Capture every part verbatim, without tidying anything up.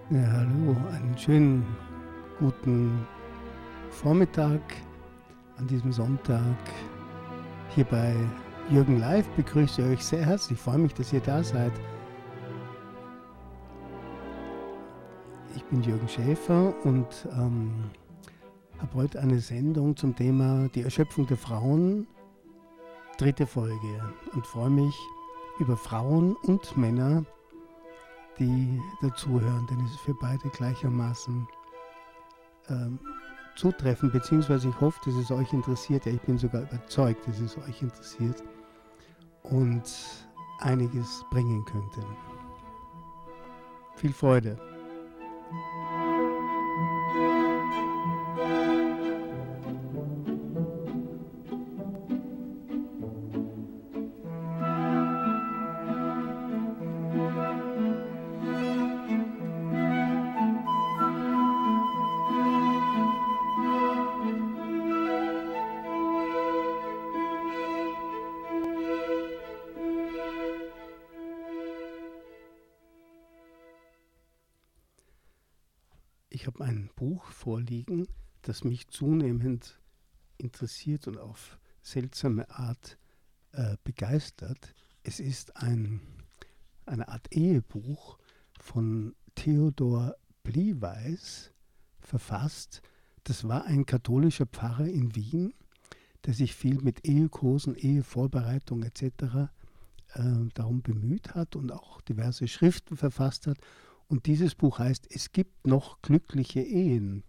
Ja, hallo, einen schönen guten Vormittag an diesem Sonntag. Hier bei Jürgen Live begrüße ich euch sehr herzlich. Ich freue mich, dass ihr da seid. Ich bin Jürgen Schäfer und ähm, habe heute eine Sendung zum Thema die Erschöpfung der Frauen, dritte Folge, und freue mich über Frauen und Männer, die dazuhören, denn es ist für beide gleichermaßen ähm, zutreffend, beziehungsweise ich hoffe, dass es euch interessiert. Ja, ich bin sogar überzeugt, dass es euch interessiert und einiges bringen könnte. Viel Freude! Ich habe ein Buch vorliegen, das mich zunehmend interessiert und auf seltsame Art äh, begeistert. Es ist ein, eine Art Ehebuch von Theodor Blieweiß verfasst. Das war ein katholischer Pfarrer in Wien, der sich viel mit Ehekursen, Ehevorbereitung et cetera äh, darum bemüht hat und auch diverse Schriften verfasst hat. Und dieses Buch heißt Es gibt noch glückliche Ehen.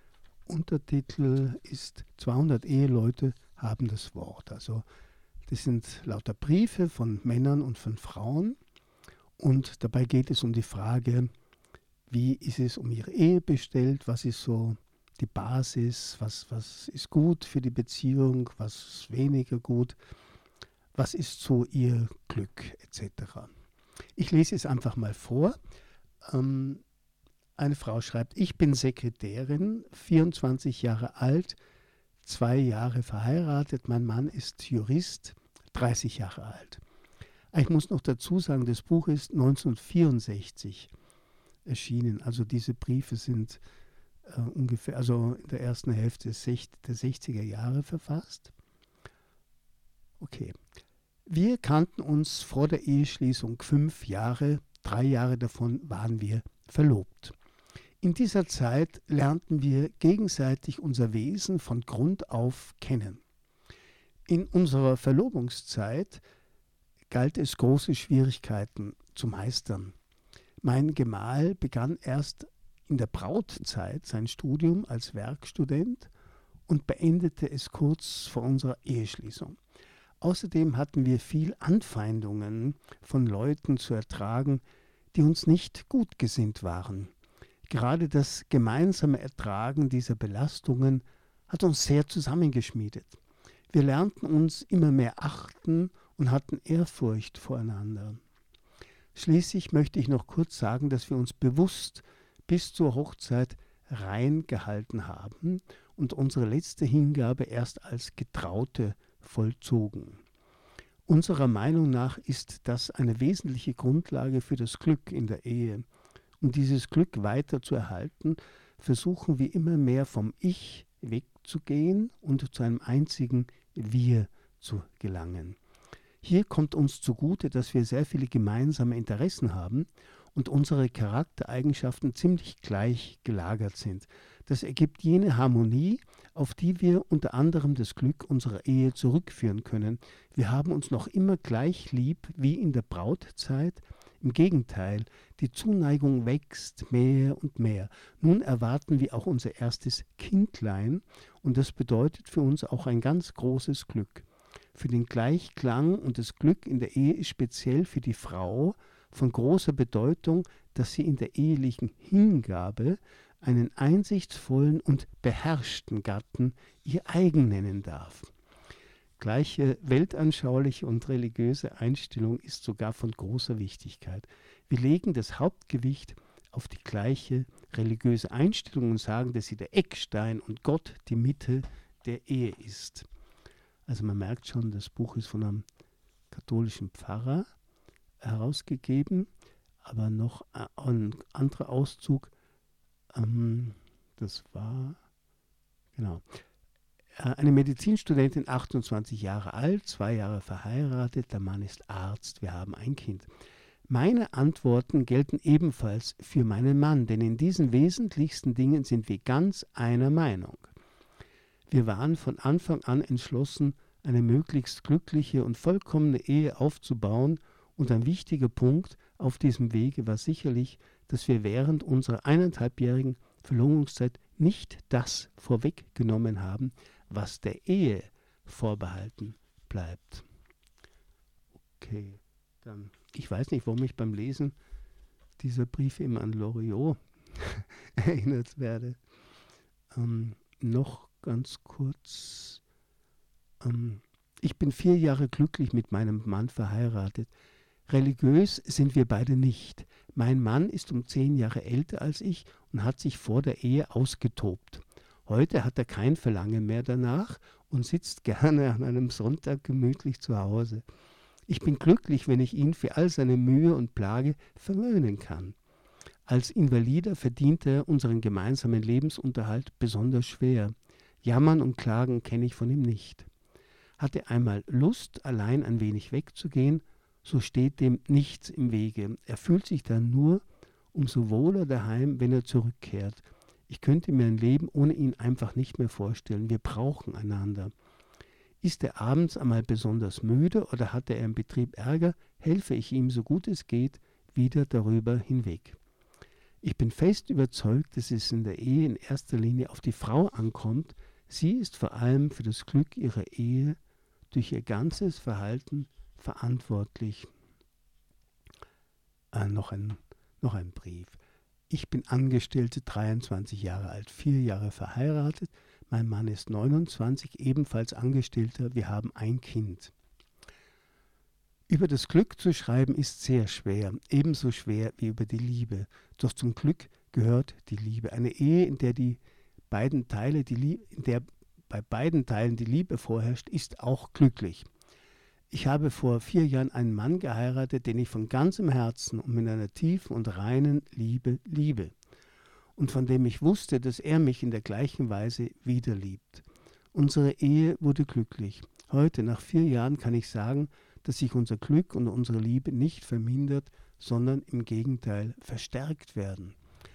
Untertitel ist zweihundert Eheleute haben das Wort. Also das sind lauter Briefe von Männern und von Frauen. Und dabei geht es um die Frage, wie ist es um ihre Ehe bestellt, was ist so die Basis, was, was ist gut für die Beziehung, was ist weniger gut, was ist so ihr Glück et cetera. Ich lese es einfach mal vor. Ähm, eine Frau schreibt, ich bin Sekretärin, vierundzwanzig Jahre alt, zwei Jahre verheiratet, mein Mann ist Jurist, dreißig Jahre alt. Ich muss noch dazu sagen, das Buch ist neunzehnhundertvierundsechzig erschienen, also diese Briefe sind äh, ungefähr, also in der ersten Hälfte der sechziger Jahre verfasst. Okay. Wir kannten uns vor der Eheschließung fünf Jahre, drei Jahre davon waren wir verlobt. In dieser Zeit lernten wir gegenseitig unser Wesen von Grund auf kennen. In unserer Verlobungszeit galt es, große Schwierigkeiten zu meistern. Mein Gemahl begann erst in der Brautzeit sein Studium als Werkstudent und beendete es kurz vor unserer Eheschließung. Außerdem hatten wir viel Anfeindungen von Leuten zu ertragen, die uns nicht gut gesinnt waren. Gerade das gemeinsame Ertragen dieser Belastungen hat uns sehr zusammengeschmiedet. Wir lernten uns immer mehr achten und hatten Ehrfurcht voreinander. Schließlich möchte ich noch kurz sagen, dass wir uns bewusst bis zur Hochzeit rein gehalten haben und unsere letzte Hingabe erst als Getraute vollzogen. Unserer Meinung nach ist das eine wesentliche Grundlage für das Glück in der Ehe. Um dieses Glück weiter zu erhalten, versuchen wir immer mehr vom Ich wegzugehen und zu einem einzigen Wir zu gelangen. Hier kommt uns zugute, dass wir sehr viele gemeinsame Interessen haben und unsere Charaktereigenschaften ziemlich gleich gelagert sind. Das ergibt jene Harmonie, auf die wir unter anderem das Glück unserer Ehe zurückführen können. Wir haben uns noch immer gleich lieb wie in der Brautzeit. Im Gegenteil, die Zuneigung wächst mehr und mehr. Nun erwarten wir auch unser erstes Kindlein und das bedeutet für uns auch ein ganz großes Glück. Für den Gleichklang und das Glück in der Ehe ist speziell für die Frau von großer Bedeutung, dass sie in der ehelichen Hingabe einen einsichtsvollen und beherrschten Gatten ihr eigen nennen darf. Gleiche weltanschauliche und religiöse Einstellung ist sogar von großer Wichtigkeit. Wir legen das Hauptgewicht auf die gleiche religiöse Einstellung und sagen, dass sie der Eckstein und Gott die Mitte der Ehe ist. Also man merkt schon, das Buch ist von einem katholischen Pfarrer herausgegeben, aber noch ein anderer Auszug, ähm, das war, genau, eine Medizinstudentin, achtundzwanzig Jahre alt, zwei Jahre verheiratet, der Mann ist Arzt, wir haben ein Kind. Meine Antworten gelten ebenfalls für meinen Mann, denn in diesen wesentlichsten Dingen sind wir ganz einer Meinung. Wir waren von Anfang an entschlossen, eine möglichst glückliche und vollkommene Ehe aufzubauen, und ein wichtiger Punkt auf diesem Wege war sicherlich, dass wir während unserer eineinhalbjährigen Verlobungszeit nicht das vorweggenommen haben, was der Ehe vorbehalten bleibt. Okay, dann, ich weiß nicht, warum ich beim Lesen dieser Briefe immer an Loriot erinnert werde. Ähm, noch ganz kurz. Ähm, ich bin vier Jahre glücklich mit meinem Mann verheiratet. Religiös sind wir beide nicht. Mein Mann ist um zehn Jahre älter als ich und hat sich vor der Ehe ausgetobt. Heute hat er kein Verlangen mehr danach und sitzt gerne an einem Sonntag gemütlich zu Hause. Ich bin glücklich, wenn ich ihn für all seine Mühe und Plage verwöhnen kann. Als Invalider verdient er unseren gemeinsamen Lebensunterhalt besonders schwer. Jammern und Klagen kenne ich von ihm nicht. Hat er einmal Lust, allein ein wenig wegzugehen, so steht dem nichts im Wege. Er fühlt sich dann nur umso wohler daheim, wenn er zurückkehrt. Ich könnte mir ein Leben ohne ihn einfach nicht mehr vorstellen. Wir brauchen einander. Ist er abends einmal besonders müde oder hat er im Betrieb Ärger, helfe ich ihm, so gut es geht, wieder darüber hinweg. Ich bin fest überzeugt, dass es in der Ehe in erster Linie auf die Frau ankommt. Sie ist vor allem für das Glück ihrer Ehe durch ihr ganzes Verhalten verantwortlich. Äh, noch, ein, noch ein Brief. Ich bin Angestellte, dreiundzwanzig Jahre alt, vier Jahre verheiratet. Mein Mann ist neunundzwanzig, ebenfalls Angestellter. Wir haben ein Kind. Über das Glück zu schreiben ist sehr schwer, ebenso schwer wie über die Liebe. Doch zum Glück gehört die Liebe. Eine Ehe, in der die beiden Teile, die Liebe, in der bei beiden Teilen die Liebe vorherrscht, ist auch glücklich. Ich habe vor vier Jahren einen Mann geheiratet, den ich von ganzem Herzen und mit einer tiefen und reinen Liebe liebe und von dem ich wusste, dass er mich in der gleichen Weise wieder liebt. Unsere Ehe wurde glücklich. Heute, nach vier Jahren, kann ich sagen, dass sich unser Glück und unsere Liebe nicht vermindert, sondern im Gegenteil verstärkt werden.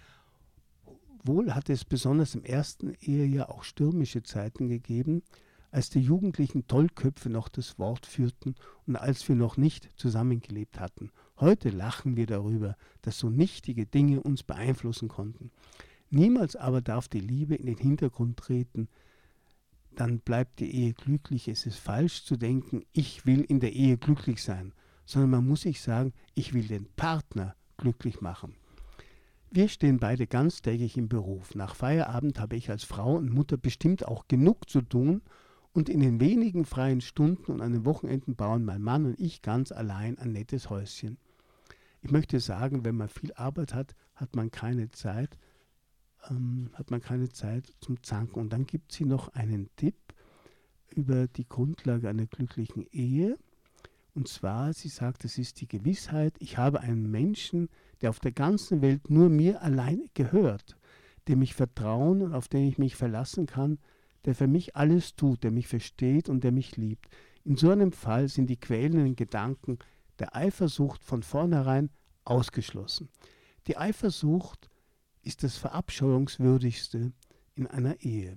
Wohl hat es besonders im ersten Ehejahr auch stürmische Zeiten gegeben, als die jugendlichen Tollköpfe noch das Wort führten und als wir noch nicht zusammengelebt hatten. Heute lachen wir darüber, dass so nichtige Dinge uns beeinflussen konnten. Niemals aber darf die Liebe in den Hintergrund treten, dann bleibt die Ehe glücklich. Es ist falsch zu denken, ich will in der Ehe glücklich sein, sondern man muss sich sagen, ich will den Partner glücklich machen. Wir stehen beide ganztägig im Beruf. Nach Feierabend habe ich als Frau und Mutter bestimmt auch genug zu tun, und in den wenigen freien Stunden und an den Wochenenden bauen mein Mann und ich ganz allein ein nettes Häuschen. Ich möchte sagen, wenn man viel Arbeit hat, hat man keine Zeit, ähm, hat man keine Zeit zum Zanken. Und dann gibt sie noch einen Tipp über die Grundlage einer glücklichen Ehe. Und zwar, sie sagt, es ist die Gewissheit, ich habe einen Menschen, der auf der ganzen Welt nur mir allein gehört, dem ich vertrauen und auf den ich mich verlassen kann, der für mich alles tut, der mich versteht und der mich liebt. In so einem Fall sind die quälenden Gedanken der Eifersucht von vornherein ausgeschlossen. Die Eifersucht ist das Verabscheuungswürdigste in einer Ehe.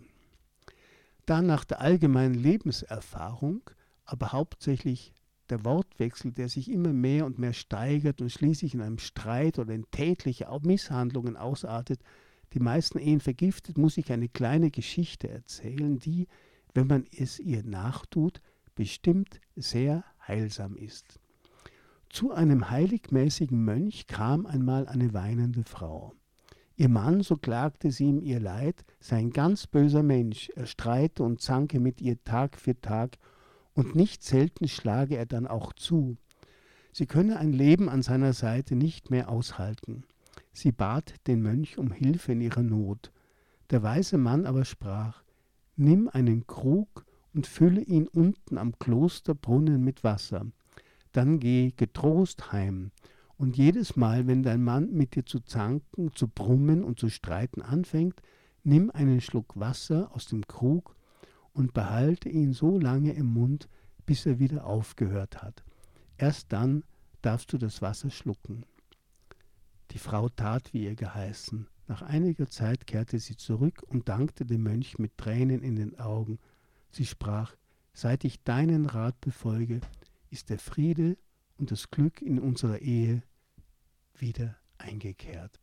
Da nach der allgemeinen Lebenserfahrung, aber hauptsächlich der Wortwechsel, der sich immer mehr und mehr steigert und schließlich in einem Streit oder in tätliche Misshandlungen ausartet, die meisten Ehen vergiftet, muss ich eine kleine Geschichte erzählen, die, wenn man es ihr nachtut, bestimmt sehr heilsam ist. Zu einem heiligmäßigen Mönch kam einmal eine weinende Frau. Ihr Mann, so klagte sie ihm ihr Leid, sei ein ganz böser Mensch, er streite und zanke mit ihr Tag für Tag, und nicht selten schlage er dann auch zu. Sie könne ein Leben an seiner Seite nicht mehr aushalten. Sie bat den Mönch um Hilfe in ihrer Not. Der weise Mann aber sprach: Nimm einen Krug und fülle ihn unten am Klosterbrunnen mit Wasser. Dann geh getrost heim Und jedes Mal, wenn dein Mann mit dir zu zanken, zu brummen und zu streiten anfängt, nimm einen Schluck Wasser aus dem Krug und behalte ihn so lange im Mund, bis er wieder aufgehört hat. Erst dann darfst du das Wasser schlucken. Die Frau tat, wie ihr geheißen. Nach einiger Zeit kehrte sie zurück und dankte dem Mönch mit Tränen in den Augen. Sie sprach: Seit ich deinen Rat befolge, ist der Friede und das Glück in unserer Ehe wieder eingekehrt.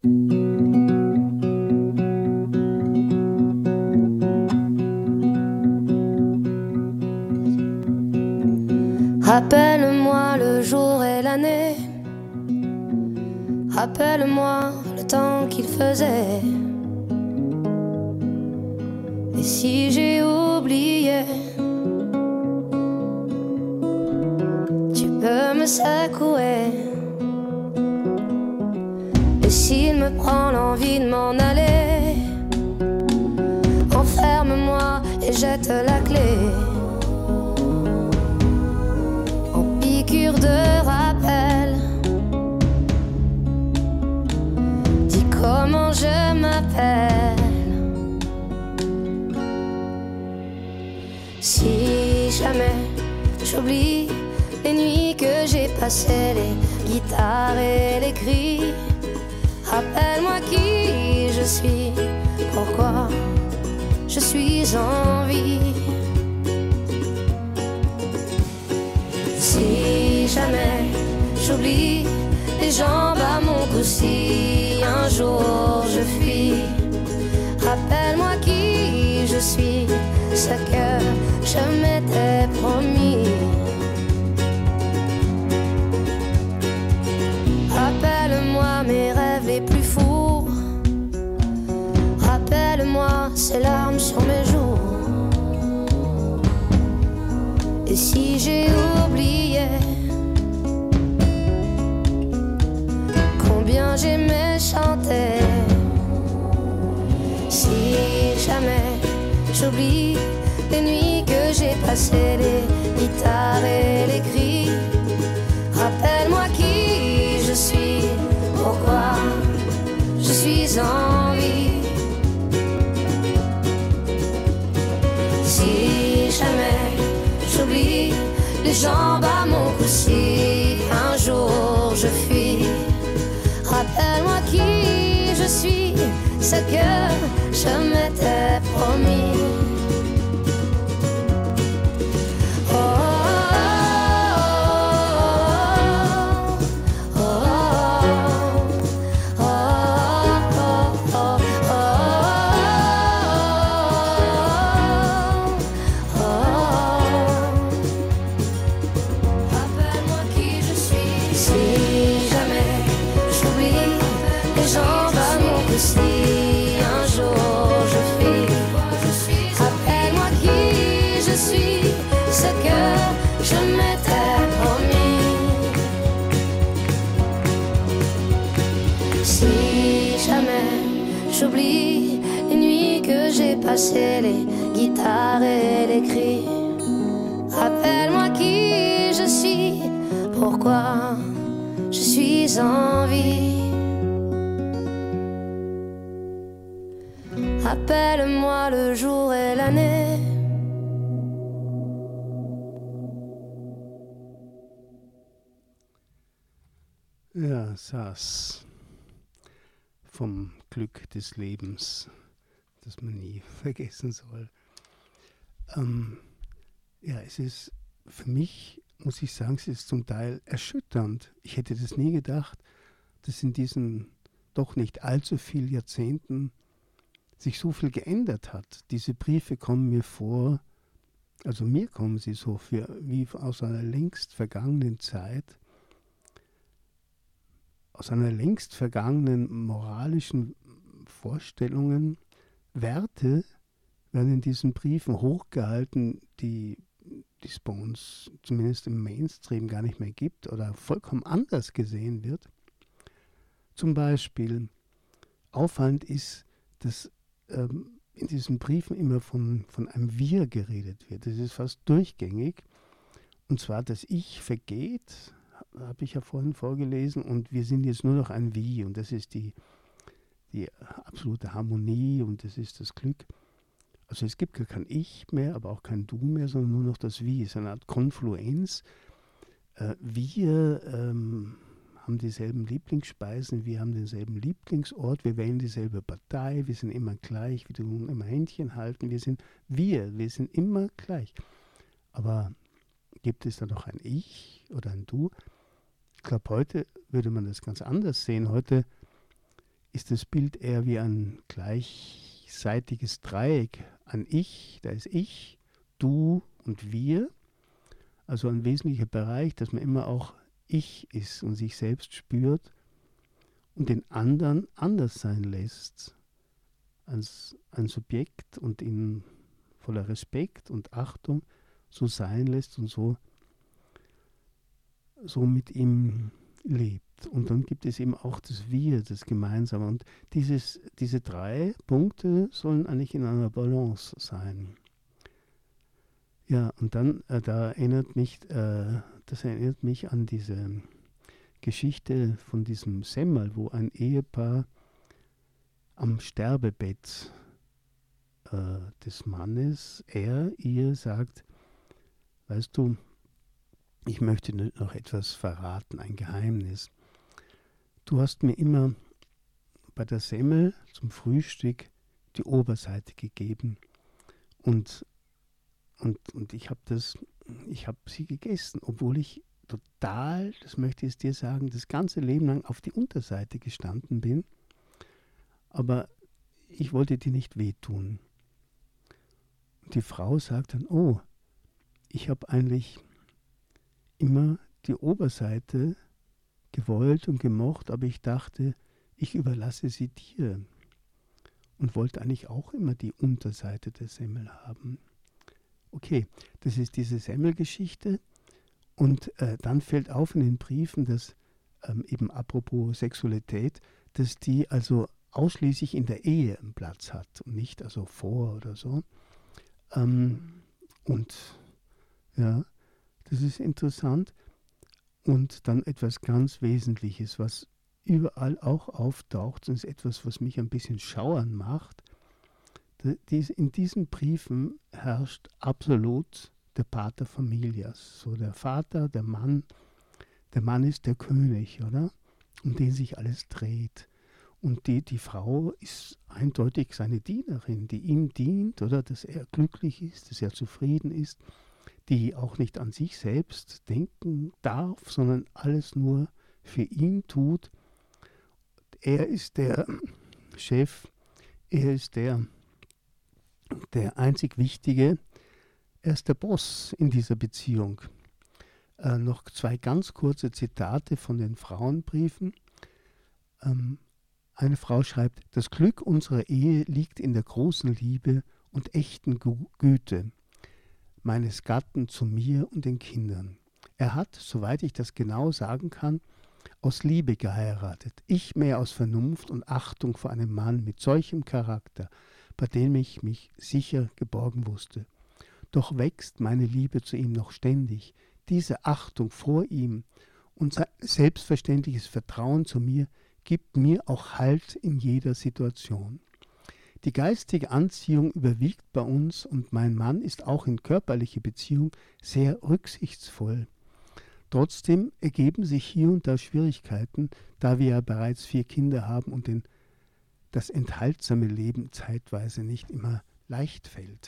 Rappelle-moi le jour et l'année, rappelle-moi le temps qu'il faisait. Et si j'ai oublié, tu peux me secouer. Et s'il me prend l'envie de m'en aller, enferme-moi et jette la clé. En piqûre de rappel, dis comment je m'appelle. Si jamais j'oublie les nuits que j'ai passées, les guitares et les cris, rappelle-moi qui je suis, pourquoi je suis en vie. Si jamais j'oublie les jambes à mon cou, si un jour je fuis, rappelle-moi qui je suis, ce que je m'étais promis. Rappelle-moi mes rêves les plus fous, rappelle-moi ces larmes sur mes joues. Et si j'ai oublié combien j'aimais chanter, si jamais j'oublie les nuits que j'ai passées, les guitares et les cris, rappelle-moi qui je suis, pourquoi je suis en vie. Si jamais j'oublie les jambes à mon cou, si un jour je fuis, rappelle-moi qui je suis, ce que je m'étais promis. J'oublie les nuits que j'ai passées, les guitares et les cris. Rappelle-moi qui je suis, pourquoi je suis en vie. Rappelle-moi le jour et l'année. Ja, saß vom Glück des Lebens, das man nie vergessen soll. Ähm, ja, es ist für mich, muss ich sagen, es ist zum Teil erschütternd. Ich hätte das nie gedacht, dass in diesen doch nicht allzu vielen Jahrzehnten sich so viel geändert hat. Diese Briefe kommen mir vor, also mir kommen sie so für, wie aus einer längst vergangenen Zeit, aus einer längst vergangenen moralischen Vorstellungen. Werte werden in diesen Briefen hochgehalten, die es bei uns zumindest im Mainstream gar nicht mehr gibt oder vollkommen anders gesehen wird. Zum Beispiel auffallend ist, dass ähm, in diesen Briefen immer von, von einem Wir geredet wird. Das ist fast durchgängig. Und zwar, das Ich vergeht, habe ich ja vorhin vorgelesen, und wir sind jetzt nur noch ein Wie, und das ist die, die absolute Harmonie und das ist das Glück. Also es gibt gar kein Ich mehr, aber auch kein Du mehr, sondern nur noch das Wie. Es ist eine Art Konfluenz. Äh, wir ähm, haben dieselben Lieblingsspeisen, wir haben denselben Lieblingsort, wir wählen dieselbe Partei, wir sind immer gleich, wir tun immer Händchen halten, wir sind wir, wir sind immer gleich. Aber gibt es da noch ein Ich oder ein Du? Ich glaube, heute würde man das ganz anders sehen. Heute ist das Bild eher wie ein gleichseitiges Dreieck. Ein Ich, da ist ich, du und wir. Also ein wesentlicher Bereich, dass man immer auch Ich ist und sich selbst spürt und den anderen anders sein lässt als ein Subjekt und ihn voller Respekt und Achtung so sein lässt und so, so mit ihm lebt. Und dann gibt es eben auch das Wir, das Gemeinsame. Und dieses, diese drei Punkte sollen eigentlich in einer Balance sein. Ja, und dann, äh, da erinnert mich, äh, das erinnert mich an diese Geschichte von diesem Semmel, wo ein Ehepaar am Sterbebett äh, des Mannes, er ihr sagt, weißt du, ich möchte noch etwas verraten, ein Geheimnis. Du hast mir immer bei der Semmel zum Frühstück die Oberseite gegeben und Und, und ich habe das, ich habe sie gegessen, obwohl ich total, das möchte ich jetzt dir sagen, das ganze Leben lang auf die Unterseite gestanden bin. Aber ich wollte dir nicht wehtun. Und die Frau sagt dann, oh, ich habe eigentlich immer die Oberseite gewollt und gemocht, aber ich dachte, ich überlasse sie dir. Und wollte eigentlich auch immer die Unterseite der Semmel haben. Okay, das ist diese Semmelgeschichte. Und äh, dann fällt auf in den Briefen, dass ähm, eben apropos Sexualität, dass die also ausschließlich in der Ehe einen Platz hat und nicht also vor oder so. Ähm, und ja, das ist interessant. Und dann etwas ganz Wesentliches, was überall auch auftaucht, und ist etwas, was mich ein bisschen schauern macht. In diesen Briefen herrscht absolut der Pater Familias. So der Vater, der Mann, der Mann ist der König, oder? Um den sich alles dreht. Und die, die Frau ist eindeutig seine Dienerin, die ihm dient, oder? Dass er glücklich ist, dass er zufrieden ist, die auch nicht an sich selbst denken darf, sondern alles nur für ihn tut. Er ist der Chef, er ist der Der einzig Wichtige, er ist der Boss in dieser Beziehung. Äh, noch zwei ganz kurze Zitate von den Frauenbriefen. Ähm, eine Frau schreibt, das Glück unserer Ehe liegt in der großen Liebe und echten Gu- Güte meines Gatten zu mir und den Kindern. Er hat, soweit ich das genau sagen kann, aus Liebe geheiratet. Ich mehr aus Vernunft und Achtung vor einem Mann mit solchem Charakter, bei dem ich mich sicher geborgen wusste. Doch wächst meine Liebe zu ihm noch ständig. Diese Achtung vor ihm und sein selbstverständliches Vertrauen zu mir gibt mir auch Halt in jeder Situation. Die geistige Anziehung überwiegt bei uns und mein Mann ist auch in körperlicher Beziehung sehr rücksichtsvoll. Trotzdem ergeben sich hier und da Schwierigkeiten, da wir ja bereits vier Kinder haben und den das enthaltsame Leben zeitweise nicht immer leicht fällt.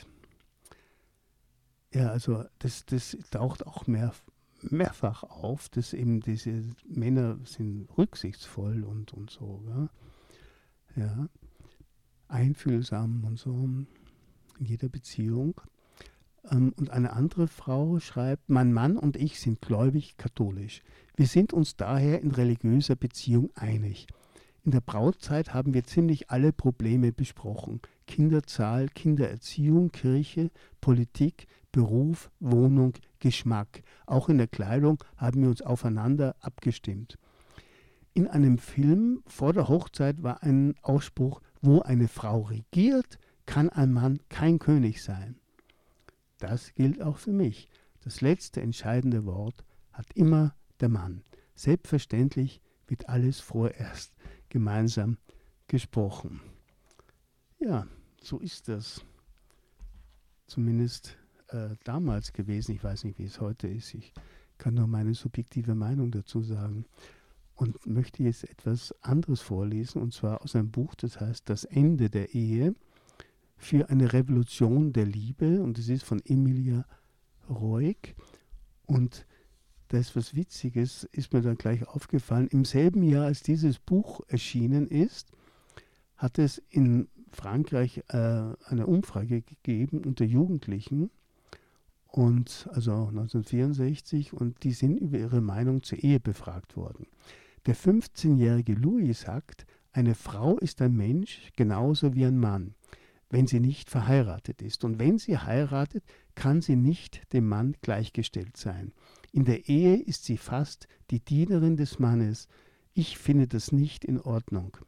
Ja, also das, das taucht auch mehr, mehrfach auf, dass eben diese Männer sind rücksichtsvoll und, und so, ja? Ja, einfühlsam und so in jeder Beziehung. Ähm, und eine andere Frau schreibt, mein Mann und ich sind gläubig katholisch. Wir sind uns daher in religiöser Beziehung einig. In der Brautzeit haben wir ziemlich alle Probleme besprochen. Kinderzahl, Kindererziehung, Kirche, Politik, Beruf, Wohnung, Geschmack. Auch in der Kleidung haben wir uns aufeinander abgestimmt. In einem Film vor der Hochzeit war ein Ausspruch, wo eine Frau regiert, kann ein Mann kein König sein. Das gilt auch für mich. Das letzte entscheidende Wort hat immer der Mann. Selbstverständlich wird alles vorerst gemeinsam gesprochen. Ja, so ist das. Zumindest äh, damals gewesen. Ich weiß nicht, wie es heute ist. Ich kann nur meine subjektive Meinung dazu sagen. Und möchte jetzt etwas anderes vorlesen, und zwar aus einem Buch, das heißt Das Ende der Ehe für eine Revolution der Liebe. Und es ist von Emilia Roig. Und da ist was Witziges, ist mir dann gleich aufgefallen. Im selben Jahr, als dieses Buch erschienen ist, hat es in Frankreich äh, eine Umfrage gegeben unter Jugendlichen, und also neunzehnhundertvierundsechzig, und die sind über ihre Meinung zur Ehe befragt worden. Der fünfzehnjährige Louis sagt, eine Frau ist ein Mensch genauso wie ein Mann, wenn sie nicht verheiratet ist. Und wenn sie heiratet, kann sie nicht dem Mann gleichgestellt sein. In der Ehe ist sie fast die Dienerin des Mannes. Ich finde das nicht in Ordnung.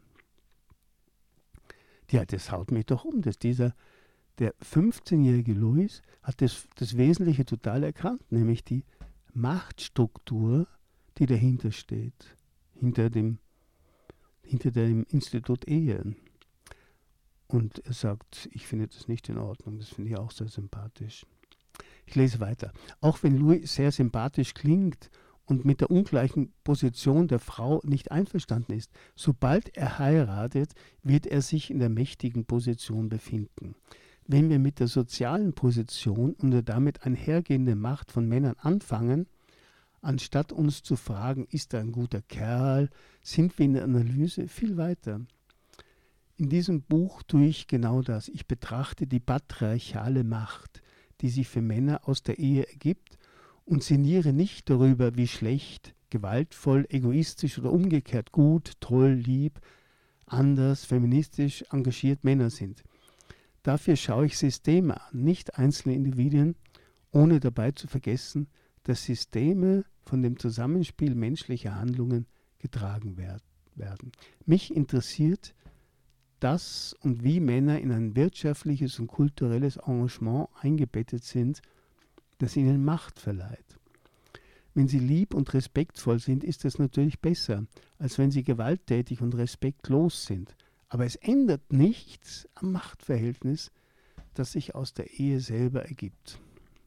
Ja, das haut mich doch um, dass dieser, der fünfzehnjährige Louis hat das, das Wesentliche total erkannt, nämlich die Machtstruktur, die dahinter steht, hinter dem, hinter dem Institut Ehe. Und er sagt, ich finde das nicht in Ordnung, das finde ich auch sehr sympathisch. Ich lese weiter. Auch wenn Louis sehr sympathisch klingt und mit der ungleichen Position der Frau nicht einverstanden ist, sobald er heiratet, wird er sich in der mächtigen Position befinden. Wenn wir mit der sozialen Position und der damit einhergehende Macht von Männern anfangen, anstatt uns zu fragen, ist er ein guter Kerl, sind wir in der Analyse viel weiter. In diesem Buch tue ich genau das. Ich betrachte die patriarchale Macht, die sich für Männer aus der Ehe ergibt, und sinniere nicht darüber, wie schlecht, gewaltvoll, egoistisch oder umgekehrt gut, toll, lieb, anders, feministisch engagiert Männer sind. Dafür schaue ich Systeme an, nicht einzelne Individuen, ohne dabei zu vergessen, dass Systeme von dem Zusammenspiel menschlicher Handlungen getragen werden. Mich interessiert das und wie Männer in ein wirtschaftliches und kulturelles Engagement eingebettet sind, das ihnen Macht verleiht. Wenn sie lieb und respektvoll sind, ist das natürlich besser, als wenn sie gewalttätig und respektlos sind. Aber es ändert nichts am Machtverhältnis, das sich aus der Ehe selber ergibt.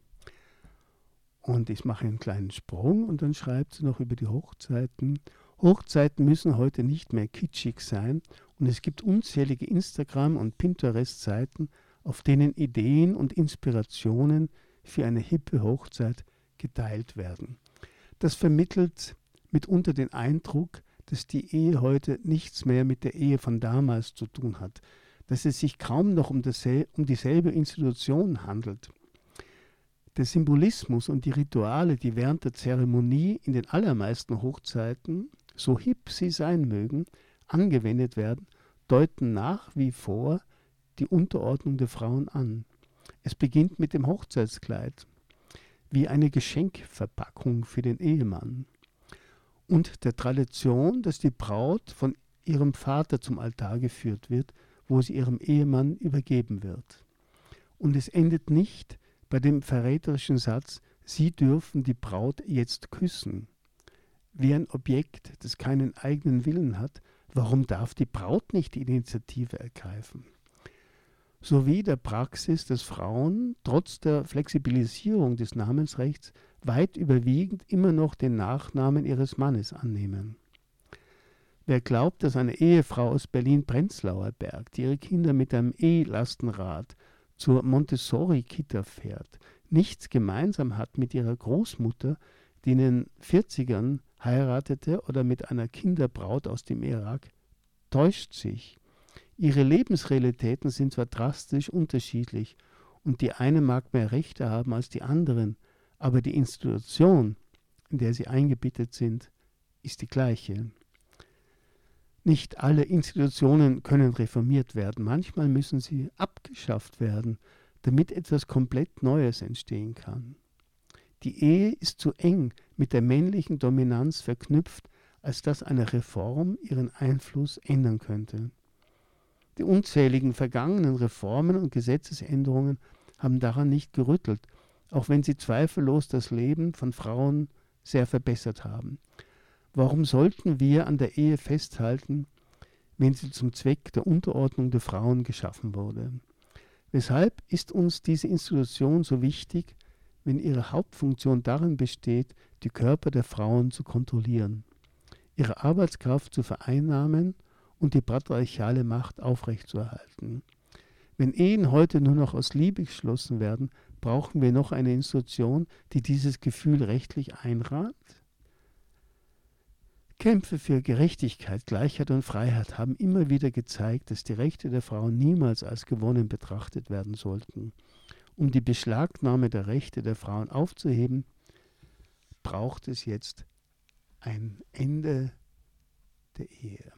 Und ich mache einen kleinen Sprung und dann schreibt sie noch über die Hochzeiten. Hochzeiten müssen heute nicht mehr kitschig sein und es gibt unzählige Instagram- und Pinterest-Seiten, auf denen Ideen und Inspirationen für eine hippe Hochzeit geteilt werden. Das vermittelt mitunter den Eindruck, dass die Ehe heute nichts mehr mit der Ehe von damals zu tun hat, dass es sich kaum noch um, dasselbe, um dieselbe Institution handelt. Der Symbolismus und die Rituale, die während der Zeremonie in den allermeisten Hochzeiten, so hip sie sein mögen, angewendet werden, deuten nach wie vor die Unterordnung der Frauen an. Es beginnt mit dem Hochzeitskleid, wie eine Geschenkverpackung für den Ehemann, und der Tradition, dass die Braut von ihrem Vater zum Altar geführt wird, wo sie ihrem Ehemann übergeben wird. Und es endet nicht bei dem verräterischen Satz, sie dürfen die Braut jetzt küssen. Wie ein Objekt, das keinen eigenen Willen hat, warum darf die Braut nicht die Initiative ergreifen? Sowie der Praxis, dass Frauen trotz der Flexibilisierung des Namensrechts weit überwiegend immer noch den Nachnamen ihres Mannes annehmen. Wer glaubt, dass eine Ehefrau aus Berlin-Prenzlauer Berg, die ihre Kinder mit einem E-Lastenrad zur Montessori-Kita fährt, nichts gemeinsam hat mit ihrer Großmutter, die in den vierzigern heiratete, oder mit einer Kinderbraut aus dem Irak, täuscht sich. Ihre Lebensrealitäten sind zwar drastisch unterschiedlich und die eine mag mehr Rechte haben als die anderen, aber die Institution, in der sie eingebettet sind, ist die gleiche. Nicht alle Institutionen können reformiert werden, manchmal müssen sie abgeschafft werden, damit etwas komplett Neues entstehen kann. Die Ehe ist zu eng mit der männlichen Dominanz verknüpft, als dass eine Reform ihren Einfluss ändern könnte. Die unzähligen vergangenen Reformen und Gesetzesänderungen haben daran nicht gerüttelt, auch wenn sie zweifellos das Leben von Frauen sehr verbessert haben. Warum sollten wir an der Ehe festhalten, wenn sie zum Zweck der Unterordnung der Frauen geschaffen wurde? Weshalb ist uns diese Institution so wichtig, wenn ihre Hauptfunktion darin besteht, die Körper der Frauen zu kontrollieren, ihre Arbeitskraft zu vereinnahmen und die patriarchale Macht aufrechtzuerhalten? Wenn Ehen heute nur noch aus Liebe geschlossen werden, brauchen wir noch eine Institution, die dieses Gefühl rechtlich einrahmt? Kämpfe für Gerechtigkeit, Gleichheit und Freiheit haben immer wieder gezeigt, dass die Rechte der Frauen niemals als gewonnen betrachtet werden sollten. Um die Beschlagnahme der Rechte der Frauen aufzuheben, braucht es jetzt ein Ende der Ehe.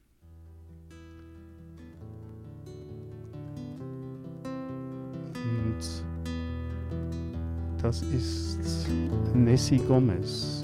Und das ist Nessie Gomez.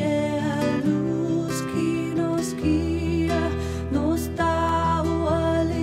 Nos dá o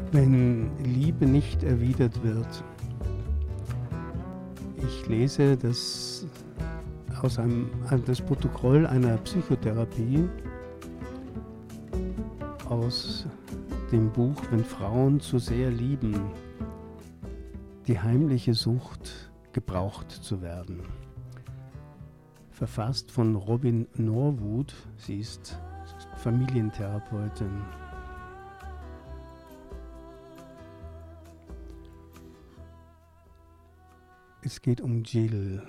Wenn Liebe nicht erwidert wird. Ich lese das aus einem, das Protokoll einer Psychotherapie aus dem Buch Wenn Frauen zu sehr lieben, die heimliche Sucht, gebraucht zu werden. Verfasst von Robin Norwood, sie ist Familientherapeutin. Es geht um Jill.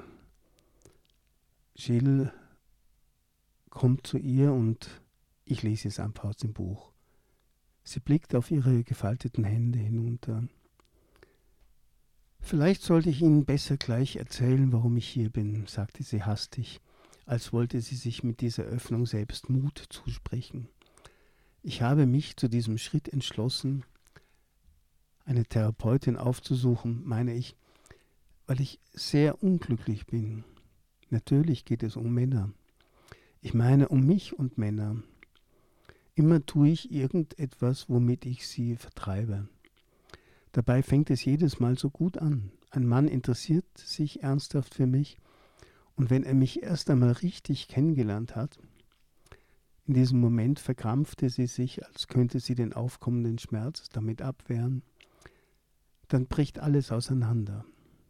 Jill kommt zu ihr und ich lese es einfach aus dem Buch. Sie blickt auf ihre gefalteten Hände hinunter. Vielleicht sollte ich Ihnen besser gleich erzählen, warum ich hier bin, sagte sie hastig, als wollte sie sich mit dieser Öffnung selbst Mut zusprechen. Ich habe mich zu diesem Schritt entschlossen, eine Therapeutin aufzusuchen, meine ich, weil ich sehr unglücklich bin. Natürlich geht es um Männer. Ich meine um mich und Männer. Immer tue ich irgendetwas, womit ich sie vertreibe. Dabei fängt es jedes Mal so gut an. Ein Mann interessiert sich ernsthaft für mich und wenn er mich erst einmal richtig kennengelernt hat, in diesem Moment verkrampfte sie sich, als könnte sie den aufkommenden Schmerz damit abwehren, dann bricht alles auseinander.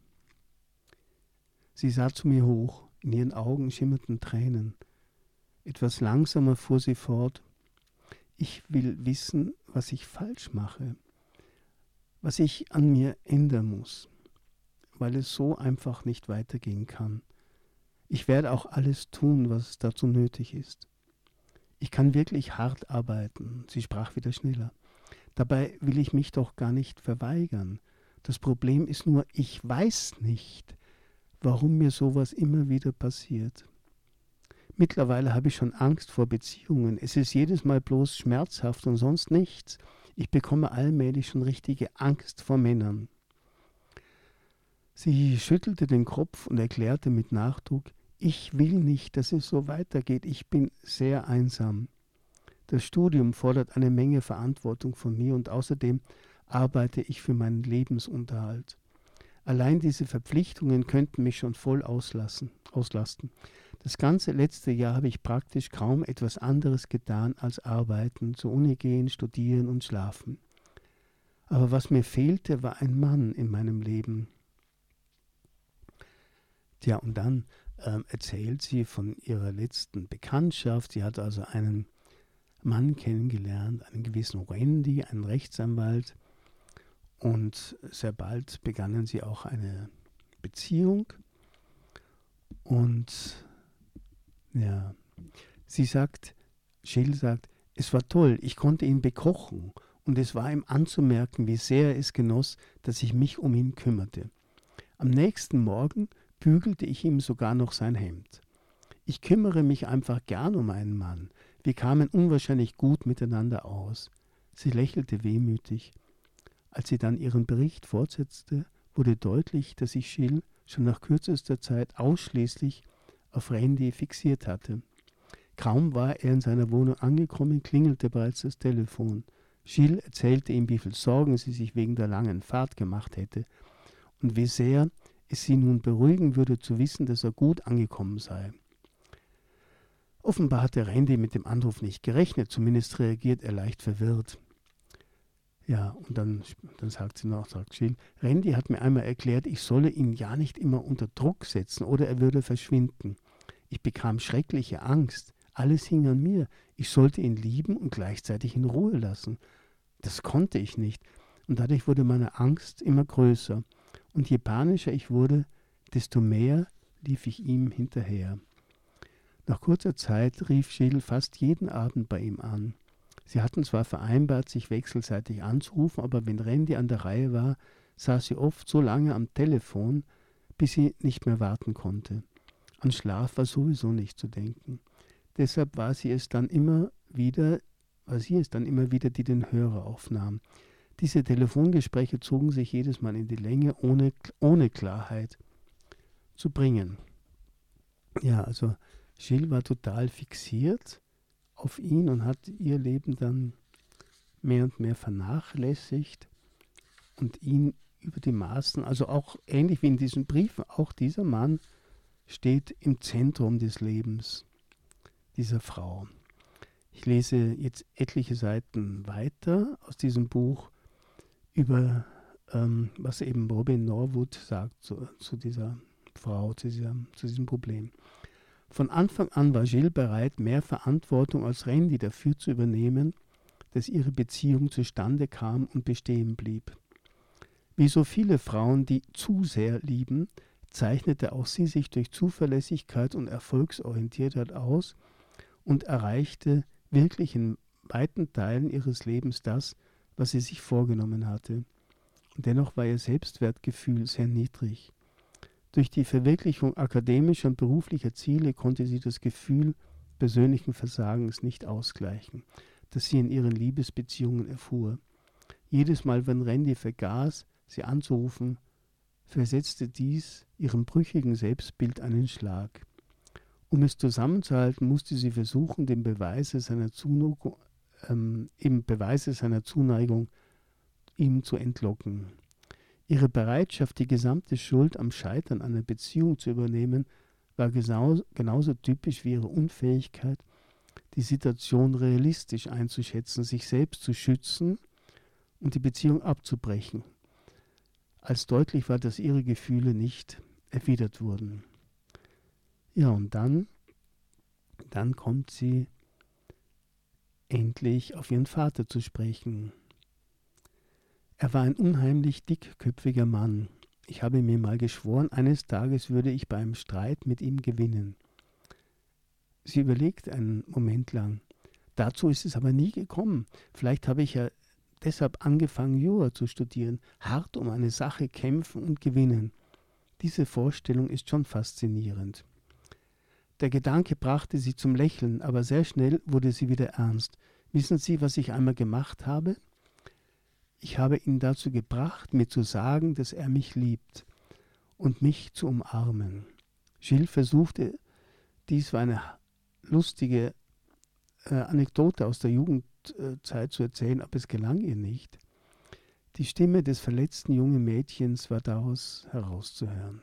Sie sah zu mir hoch, in ihren Augen schimmerten Tränen. Etwas langsamer fuhr sie fort. Ich will wissen, was ich falsch mache, was ich an mir ändern muss, weil es so einfach nicht weitergehen kann. Ich werde auch alles tun, was dazu nötig ist. Ich kann wirklich hart arbeiten, sie sprach wieder schneller. Dabei will ich mich doch gar nicht verweigern. Das Problem ist nur, ich weiß nicht, warum mir sowas immer wieder passiert. Mittlerweile habe ich schon Angst vor Beziehungen. Es ist jedes Mal bloß schmerzhaft und sonst nichts. Ich bekomme allmählich schon richtige Angst vor Männern. Sie schüttelte den Kopf und erklärte mit Nachdruck, ich will nicht, dass es so weitergeht. Ich bin sehr einsam. Das Studium fordert eine Menge Verantwortung von mir und außerdem arbeite ich für meinen Lebensunterhalt. Allein diese Verpflichtungen könnten mich schon voll auslassen, auslasten. Das ganze letzte Jahr habe ich praktisch kaum etwas anderes getan als arbeiten, zur Uni gehen, studieren und schlafen. Aber was mir fehlte, war ein Mann in meinem Leben. Tja, und dann ähm, erzählt sie von ihrer letzten Bekanntschaft. Sie hat also einen Mann kennengelernt, einen gewissen Randy, einen Rechtsanwalt. Und sehr bald begannen sie auch eine Beziehung. Und ja, sie sagt, Jill sagt, es war toll, ich konnte ihn bekochen und es war ihm anzumerken, wie sehr er es genoss, dass ich mich um ihn kümmerte. Am nächsten Morgen bügelte ich ihm sogar noch sein Hemd. Ich kümmere mich einfach gern um einen Mann. Wir kamen unwahrscheinlich gut miteinander aus. Sie lächelte wehmütig. Als sie dann ihren Bericht fortsetzte, wurde deutlich, dass sich Jill schon nach kürzester Zeit ausschließlich auf Randy fixiert hatte. Kaum war er in seiner Wohnung angekommen, klingelte bereits das Telefon. Jill erzählte ihm, wie viel Sorgen sie sich wegen der langen Fahrt gemacht hätte und wie sehr es sie nun beruhigen würde zu wissen, dass er gut angekommen sei. Offenbar hatte Randy mit dem Anruf nicht gerechnet, zumindest reagiert er leicht verwirrt. Ja, und dann, dann sagt sie noch, sagt Jill, Randy hat mir einmal erklärt, ich solle ihn ja nicht immer unter Druck setzen oder er würde verschwinden. Ich bekam schreckliche Angst. Alles hing an mir. Ich sollte ihn lieben und gleichzeitig in Ruhe lassen. Das konnte ich nicht. Und dadurch wurde meine Angst immer größer. Und je panischer ich wurde, desto mehr lief ich ihm hinterher. Nach kurzer Zeit rief Jill fast jeden Abend bei ihm an. Sie hatten zwar vereinbart, sich wechselseitig anzurufen, aber wenn Randy an der Reihe war, saß sie oft so lange am Telefon, bis sie nicht mehr warten konnte. An Schlaf war sowieso nicht zu denken. Deshalb war sie es dann immer wieder, war sie es dann immer wieder, die den Hörer aufnahm. Diese Telefongespräche zogen sich jedes Mal in die Länge, ohne, ohne Klarheit zu bringen. Ja, also Jill war total fixiert auf ihn und hat ihr Leben dann mehr und mehr vernachlässigt und ihn über die Maßen, also auch ähnlich wie in diesen Briefen, auch dieser Mann steht im Zentrum des Lebens dieser Frau. Ich lese jetzt etliche Seiten weiter aus diesem Buch über, ähm, was eben Robin Norwood sagt zu, zu dieser Frau, zu, dieser, zu diesem Problem. Von Anfang an war Jill bereit, mehr Verantwortung als Randy dafür zu übernehmen, dass ihre Beziehung zustande kam und bestehen blieb. Wie so viele Frauen, die zu sehr lieben, zeichnete auch sie sich durch Zuverlässigkeit und Erfolgsorientiertheit aus und erreichte wirklich in weiten Teilen ihres Lebens das, was sie sich vorgenommen hatte. Und dennoch war ihr Selbstwertgefühl sehr niedrig. Durch die Verwirklichung akademischer und beruflicher Ziele konnte sie das Gefühl persönlichen Versagens nicht ausgleichen, das sie in ihren Liebesbeziehungen erfuhr. Jedes Mal, wenn Randy vergaß, sie anzurufen, versetzte dies ihrem brüchigen Selbstbild einen Schlag. Um es zusammenzuhalten, musste sie versuchen, dem Beweise seiner Zuneigung, ähm, im Beweise seiner Zuneigung ihm zu entlocken. Ihre Bereitschaft, die gesamte Schuld am Scheitern einer Beziehung zu übernehmen, war genauso, genauso typisch wie ihre Unfähigkeit, die Situation realistisch einzuschätzen, sich selbst zu schützen und die Beziehung abzubrechen, als deutlich war, dass ihre Gefühle nicht erwidert wurden. Ja, und dann, dann kommt sie endlich auf ihren Vater zu sprechen. Er war ein unheimlich dickköpfiger Mann. Ich habe mir mal geschworen, eines Tages würde ich beim Streit mit ihm gewinnen. Sie überlegt einen Moment lang. Dazu ist es aber nie gekommen. Vielleicht habe ich ja deshalb angefangen, Jura zu studieren, hart um eine Sache kämpfen und gewinnen. Diese Vorstellung ist schon faszinierend. Der Gedanke brachte sie zum Lächeln, aber sehr schnell wurde sie wieder ernst. Wissen Sie, was ich einmal gemacht habe? Ich habe ihn dazu gebracht, mir zu sagen, dass er mich liebt und mich zu umarmen. Jill versuchte, dies war eine lustige äh, Anekdote aus der Jugendzeit zu erzählen, aber es gelang ihr nicht. Die Stimme des verletzten jungen Mädchens war daraus herauszuhören.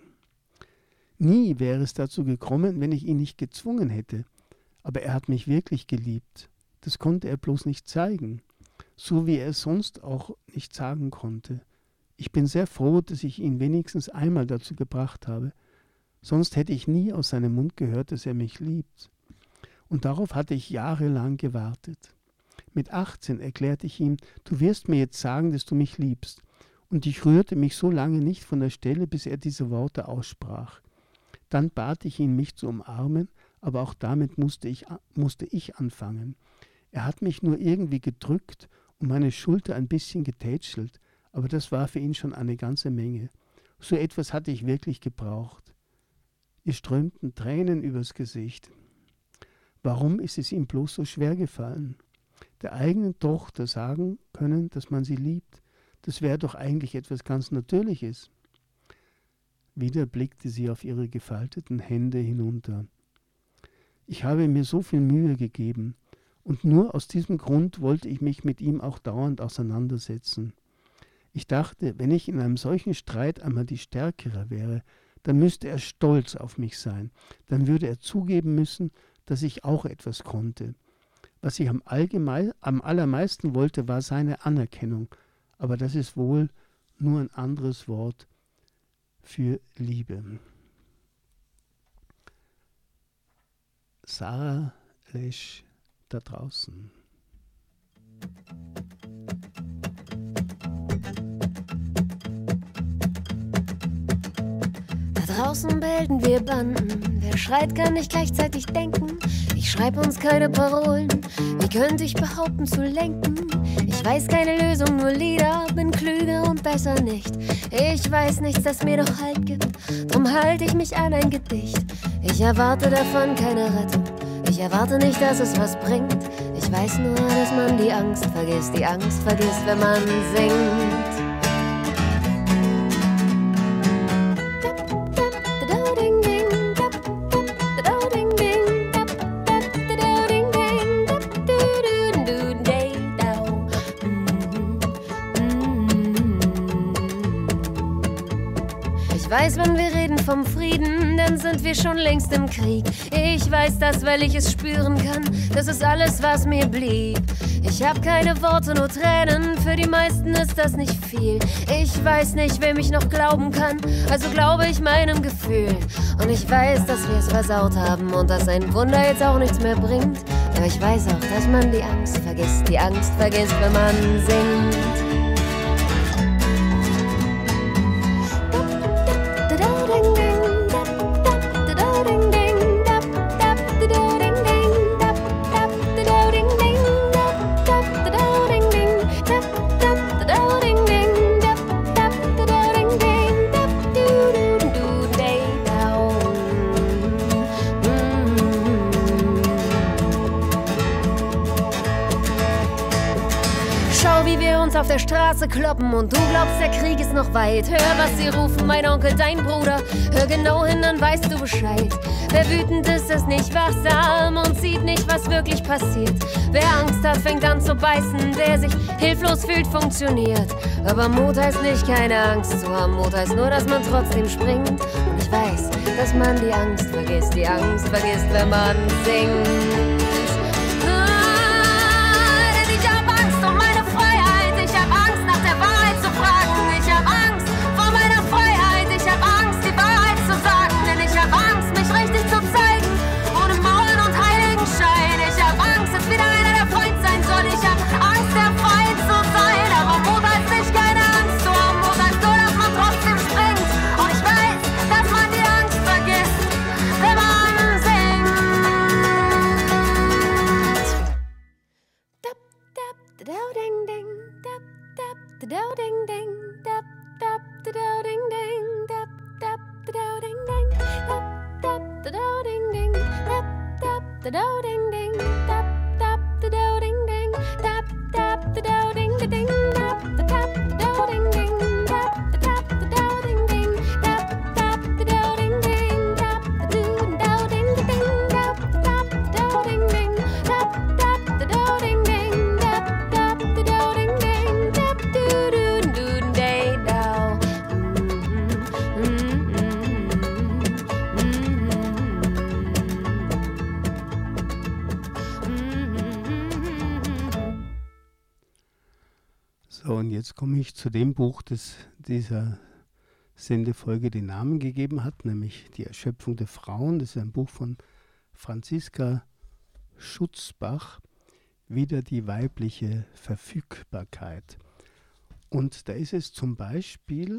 Nie wäre es dazu gekommen, wenn ich ihn nicht gezwungen hätte. Aber er hat mich wirklich geliebt. Das konnte er bloß nicht zeigen, so wie er es sonst auch nicht sagen konnte. Ich bin sehr froh, dass ich ihn wenigstens einmal dazu gebracht habe. Sonst hätte ich nie aus seinem Mund gehört, dass er mich liebt. Und darauf hatte ich jahrelang gewartet. Mit achtzehn erklärte ich ihm, du wirst mir jetzt sagen, dass du mich liebst. Und ich rührte mich so lange nicht von der Stelle, bis er diese Worte aussprach. Dann bat ich ihn, mich zu umarmen, aber auch damit musste ich, musste ich anfangen. Er hat mich nur irgendwie gedrückt und meine Schulter ein bisschen getätschelt, aber das war für ihn schon eine ganze Menge. So etwas hatte ich wirklich gebraucht. Ihr strömten Tränen übers Gesicht. Warum ist es ihm bloß so schwer gefallen? Der eigenen Tochter sagen können, dass man sie liebt, das wäre doch eigentlich etwas ganz Natürliches. Wieder blickte sie auf ihre gefalteten Hände hinunter. Ich habe mir so viel Mühe gegeben, und nur aus diesem Grund wollte ich mich mit ihm auch dauernd auseinandersetzen. Ich dachte, wenn ich in einem solchen Streit einmal die Stärkere wäre, dann müsste er stolz auf mich sein. Dann würde er zugeben müssen, dass ich auch etwas konnte. Was ich am, allgemein, am allermeisten wollte, war seine Anerkennung. Aber das ist wohl nur ein anderes Wort für Liebe. Sarah Lesch da draußen. Da draußen bilden wir Banden. Wer schreit, kann nicht gleichzeitig denken. Ich schreib uns keine Parolen. Wie könnte ich behaupten zu lenken? Ich weiß keine Lösung, nur Lieder. Bin klüger und besser nicht. Ich weiß nichts, das mir doch Halt gibt. Drum halte ich mich an ein Gedicht. Ich erwarte davon keine Rettung. Ich erwarte nicht, dass es was bringt. Ich weiß nur, dass man die Angst vergisst. Die Angst vergisst, wenn man singt. weiß, wenn wir reden vom Frieden, dann sind wir schon längst im Krieg. Ich weiß das, weil ich es spüren kann, das ist alles, was mir blieb. Ich hab keine Worte, nur Tränen, für die meisten ist das nicht viel. Ich weiß nicht, wem ich noch glauben kann, also glaube ich meinem Gefühl. Und ich weiß, dass wir es versaut haben und dass ein Wunder jetzt auch nichts mehr bringt. Aber ich weiß auch, dass man die Angst vergisst, die Angst vergisst, wenn man singt. Auf der Straße kloppen und du glaubst, der Krieg ist noch weit. Hör, was sie rufen, mein Onkel, dein Bruder. Hör genau hin, dann weißt du Bescheid. Wer wütend ist, ist nicht wachsam und sieht nicht, was wirklich passiert. Wer Angst hat, fängt an zu beißen. Wer sich hilflos fühlt, funktioniert. Aber Mut heißt nicht, keine Angst zu haben. Mut heißt nur, dass man trotzdem springt. Und ich weiß, dass man die Angst vergisst. Die Angst vergisst, wenn man singt. So, und jetzt komme ich zu dem Buch, das dieser Sendefolge den Namen gegeben hat, nämlich Die Erschöpfung der Frauen. Das ist ein Buch von Franziska Schutzbach, Wieder die weibliche Verfügbarkeit. Und da ist es zum Beispiel,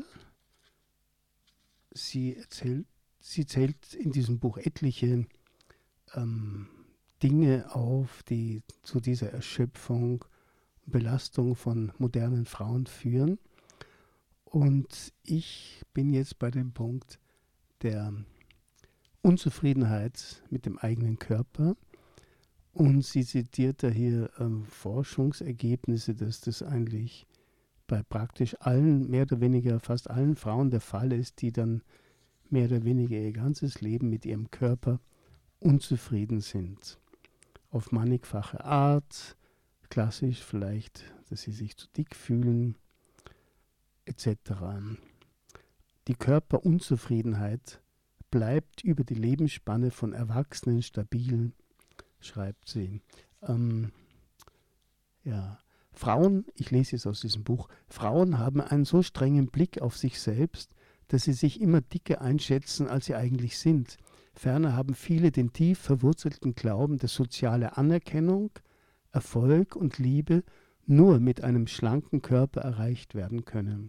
sie erzählt, sie zählt in diesem Buch etliche ähm, Dinge auf, die zu dieser Erschöpfung, Belastung von modernen Frauen führen. Und ich bin jetzt bei dem Punkt der Unzufriedenheit mit dem eigenen Körper. Und sie zitiert da hier ähm, Forschungsergebnisse, dass das eigentlich bei praktisch allen, mehr oder weniger fast allen Frauen der Fall ist, die dann mehr oder weniger ihr ganzes Leben mit ihrem Körper unzufrieden sind. Auf mannigfache Art, klassisch vielleicht, dass sie sich zu dick fühlen, et cetera. Die Körperunzufriedenheit bleibt über die Lebensspanne von Erwachsenen stabil, schreibt sie. Ähm, ja. Frauen, ich lese es aus diesem Buch, Frauen haben einen so strengen Blick auf sich selbst, dass sie sich immer dicker einschätzen, als sie eigentlich sind. Ferner haben viele den tief verwurzelten Glauben, dass soziale Anerkennung, Erfolg und Liebe nur mit einem schlanken Körper erreicht werden können.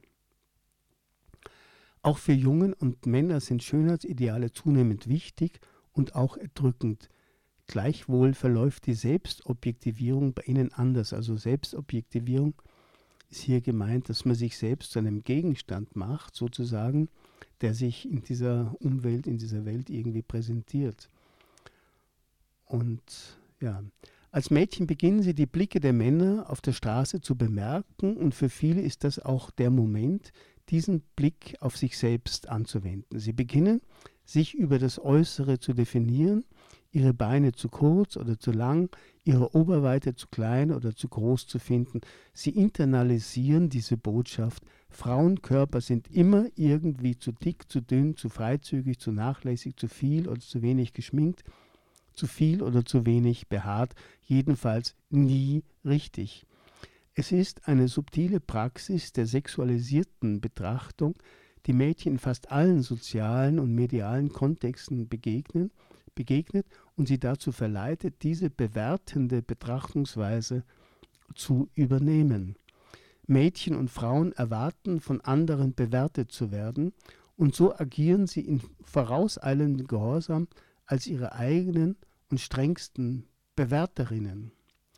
Auch für Jungen und Männer sind Schönheitsideale zunehmend wichtig und auch erdrückend. Gleichwohl verläuft die Selbstobjektivierung bei ihnen anders. Also Selbstobjektivierung ist hier gemeint, dass man sich selbst zu einem Gegenstand macht, sozusagen, der sich in dieser Umwelt, in dieser Welt irgendwie präsentiert. Und ja, als Mädchen beginnen sie, die Blicke der Männer auf der Straße zu bemerken, und für viele ist das auch der Moment, diesen Blick auf sich selbst anzuwenden. Sie beginnen, sich über das Äußere zu definieren. ihre Beine zu kurz oder zu lang, ihre Oberweite zu klein oder zu groß zu finden. Sie internalisieren diese Botschaft. Frauenkörper sind immer irgendwie zu dick, zu dünn, zu freizügig, zu nachlässig, zu viel oder zu wenig geschminkt, zu viel oder zu wenig behaart, jedenfalls nie richtig. Es ist eine subtile Praxis der sexualisierten Betrachtung, die Mädchen in fast allen sozialen und medialen Kontexten begegnen, begegnet und sie dazu verleitet, diese bewertende Betrachtungsweise zu übernehmen. Mädchen und Frauen erwarten, von anderen bewertet zu werden, und so agieren sie in vorauseilendem Gehorsam als ihre eigenen und strengsten Bewerterinnen.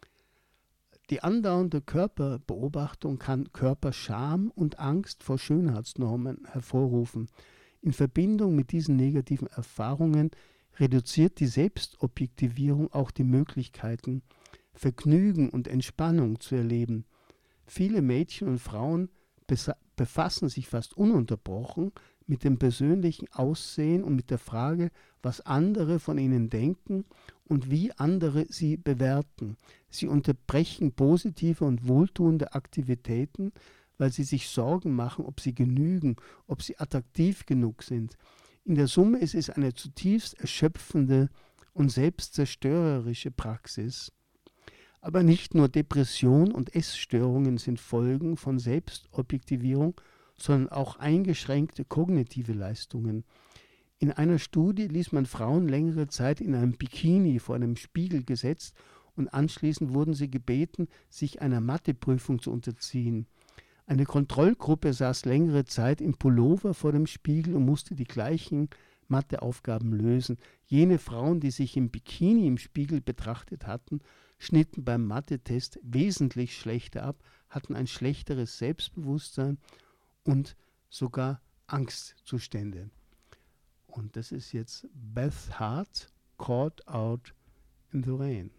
Die andauernde Körperbeobachtung kann Körperscham und Angst vor Schönheitsnormen hervorrufen. In Verbindung mit diesen negativen Erfahrungen reduziert die Selbstobjektivierung auch die Möglichkeiten, Vergnügen und Entspannung zu erleben. Viele Mädchen und Frauen befassen sich fast ununterbrochen mit dem persönlichen Aussehen und mit der Frage, was andere von ihnen denken und wie andere sie bewerten. Sie unterbrechen positive und wohltuende Aktivitäten, weil sie sich Sorgen machen, ob sie genügen, ob sie attraktiv genug sind. In der Summe ist es eine zutiefst erschöpfende und selbstzerstörerische Praxis. Aber nicht nur Depression und Essstörungen sind Folgen von Selbstobjektivierung, sondern auch eingeschränkte kognitive Leistungen. In einer Studie ließ man Frauen längere Zeit in einem Bikini vor einem Spiegel gesetzt und anschließend wurden sie gebeten, sich einer Matheprüfung zu unterziehen. Eine Kontrollgruppe saß längere Zeit im Pullover vor dem Spiegel und musste die gleichen Matheaufgaben lösen. Jene Frauen, die sich im Bikini im Spiegel betrachtet hatten, schnitten beim Mathe-Test wesentlich schlechter ab, hatten ein schlechteres Selbstbewusstsein und sogar Angstzustände. Und das ist jetzt Beth Hart, Caught Out in the Rain.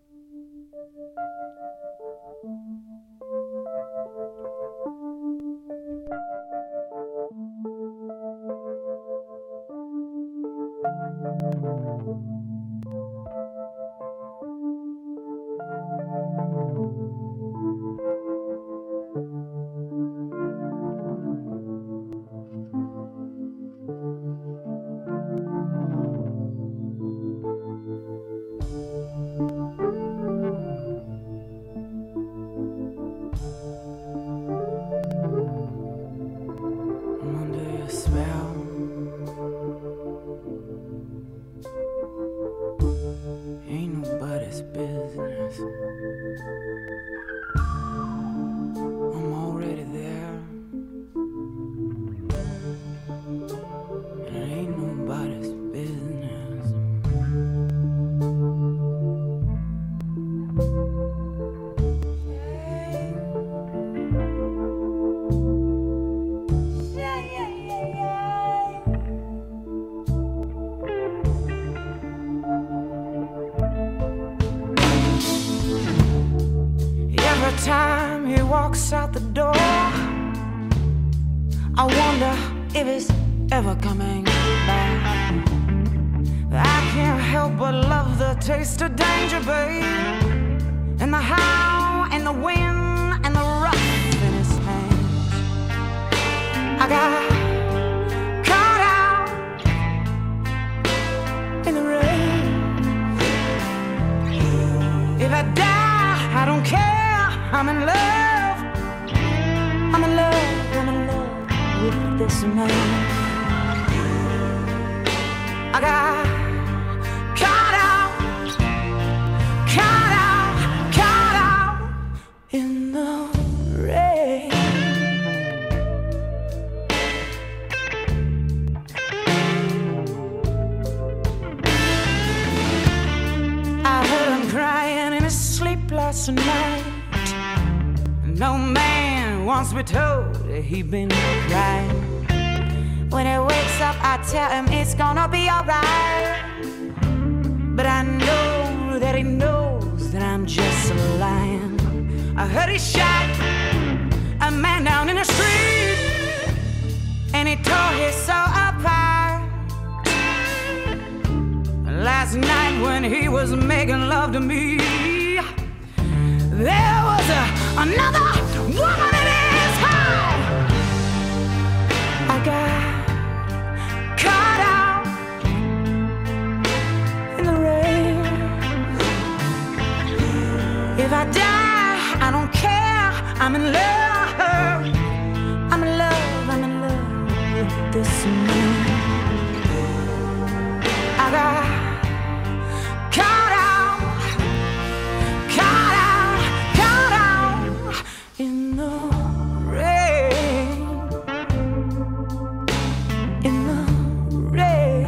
Time he walks out the door, I wonder if he's ever coming back. I can't help but love the taste of danger, babe, and the how and the wind and the rough in his hands. I got caught out in the rain. If I die, I don't care. I'm in love, I'm in love, I'm in love with this man. I got caught out, caught out, caught out in the rain. I heard him crying in his sleep last night. No man wants me told that he been crying. When he wakes up, I tell him it's gonna be alright. But I know that he knows that I'm just lying. I heard he shot a man down in the street, and he tore his soul apart. Last night when he was making love to me. There was a, another woman in his heart. I got caught out in the rain. If I die, I don't care. I'm in love. I'm in love. I'm in love with this man. I got caught out, caught out, caught out in the rain, in the rain.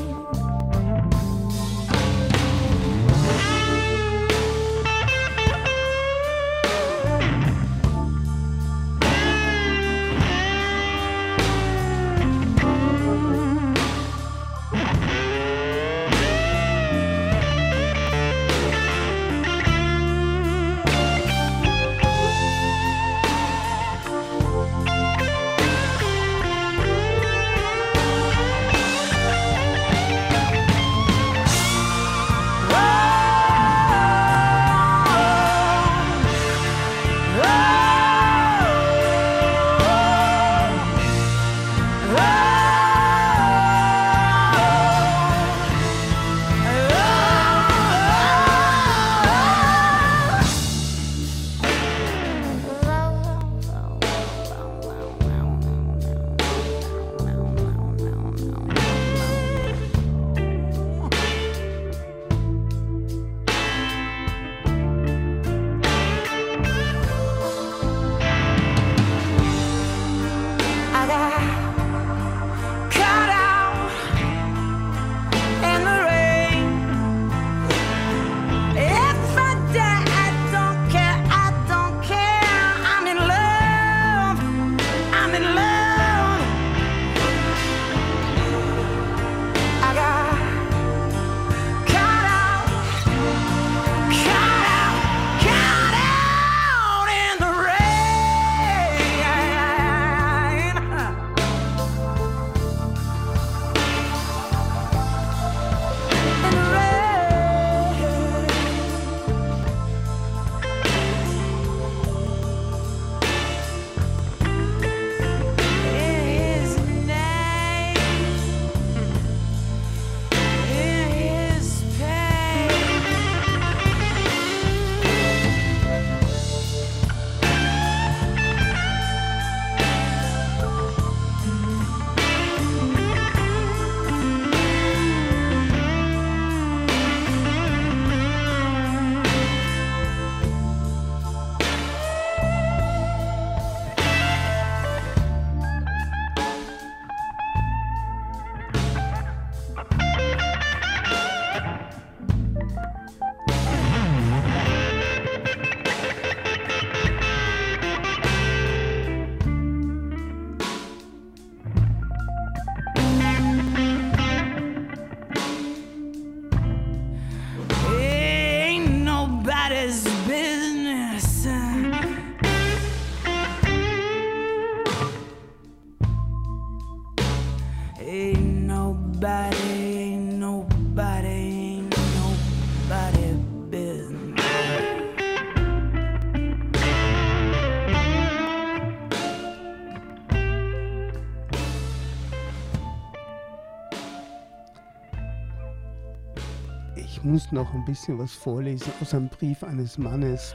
Ich muss noch ein bisschen was vorlesen aus einem Brief eines Mannes.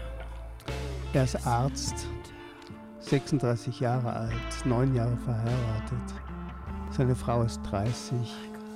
Er ist Arzt, sechsunddreißig Jahre alt, neun Jahre verheiratet. Seine Frau ist dreißig.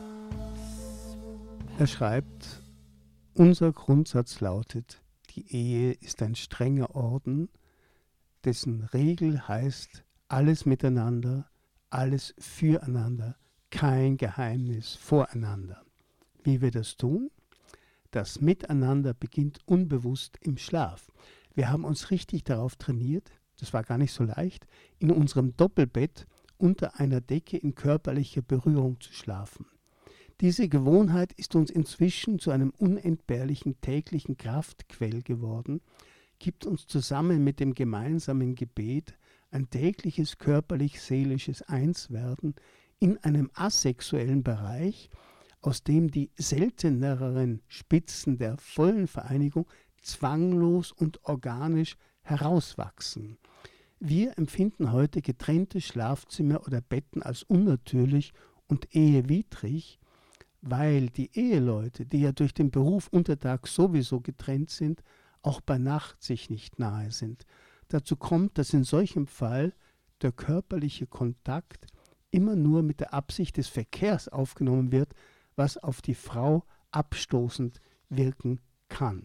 Er schreibt, unser Grundsatz lautet, die Ehe ist ein strenger Orden, dessen Regel heißt, alles miteinander, alles füreinander, kein Geheimnis voreinander. Wie wir das tun? Das Miteinander beginnt unbewusst im Schlaf. Wir haben uns richtig darauf trainiert, das war gar nicht so leicht, in unserem Doppelbett unter einer Decke in körperlicher Berührung zu schlafen. Diese Gewohnheit ist uns inzwischen zu einem unentbehrlichen täglichen Kraftquell geworden, gibt uns zusammen mit dem gemeinsamen Gebet ein tägliches körperlich-seelisches Einswerden in einem asexuellen Bereich, aus dem die selteneren Spitzen der vollen Vereinigung zwanglos und organisch herauswachsen. Wir empfinden heute getrennte Schlafzimmer oder Betten als unnatürlich und ehewidrig, weil die Eheleute, die ja durch den Beruf untertags sowieso getrennt sind, auch bei Nacht sich nicht nahe sind. Dazu kommt, dass in solchem Fall der körperliche Kontakt immer nur mit der Absicht des Verkehrs aufgenommen wird, was auf die Frau abstoßend wirken kann.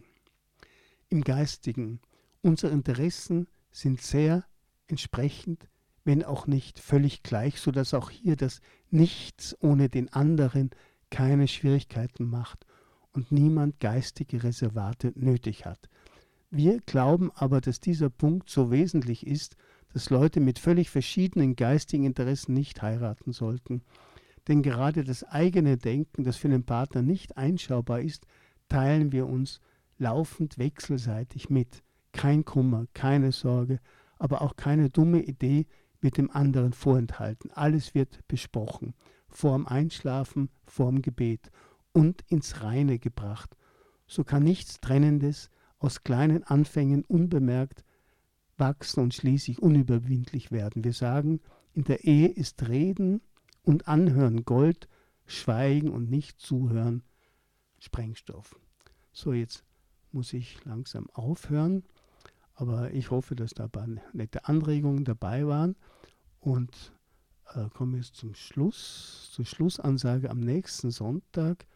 Im Geistigen, unsere Interessen sind sehr entsprechend, wenn auch nicht völlig gleich, sodass auch hier das Nichts ohne den anderen keine Schwierigkeiten macht und niemand geistige Reservate nötig hat. Wir glauben aber, dass dieser Punkt so wesentlich ist, dass Leute mit völlig verschiedenen geistigen Interessen nicht heiraten sollten. Denn gerade das eigene Denken, das für den Partner nicht einschaubar ist, teilen wir uns laufend wechselseitig mit. Kein Kummer, keine Sorge, aber auch keine dumme Idee wird dem anderen vorenthalten. Alles wird besprochen, vorm Einschlafen, vorm Gebet und ins Reine gebracht. So kann nichts Trennendes aus kleinen Anfängen unbemerkt wachsen und schließlich unüberwindlich werden. Wir sagen, in der Ehe ist Reden und Anhören Gold, Schweigen und nicht Zuhören Sprengstoff. So, jetzt muss ich langsam aufhören, aber ich hoffe, dass da ein paar nette Anregungen dabei waren und äh, komme jetzt zum Schluss, zur Schlussansage. Am nächsten Sonntag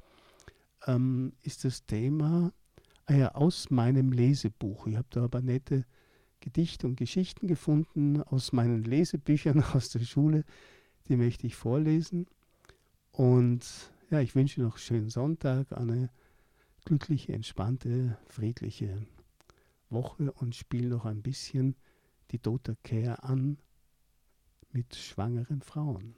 ähm, ist das Thema ah ja, aus meinem Lesebuch. Ich habe da aber nette Gedichte und Geschichten gefunden aus meinen Lesebüchern aus der Schule, die möchte ich vorlesen. Und ja, ich wünsche noch einen schönen Sonntag, eine glückliche, entspannte, friedliche Woche und spiele noch ein bisschen die Dota Kehr an mit schwangeren Frauen.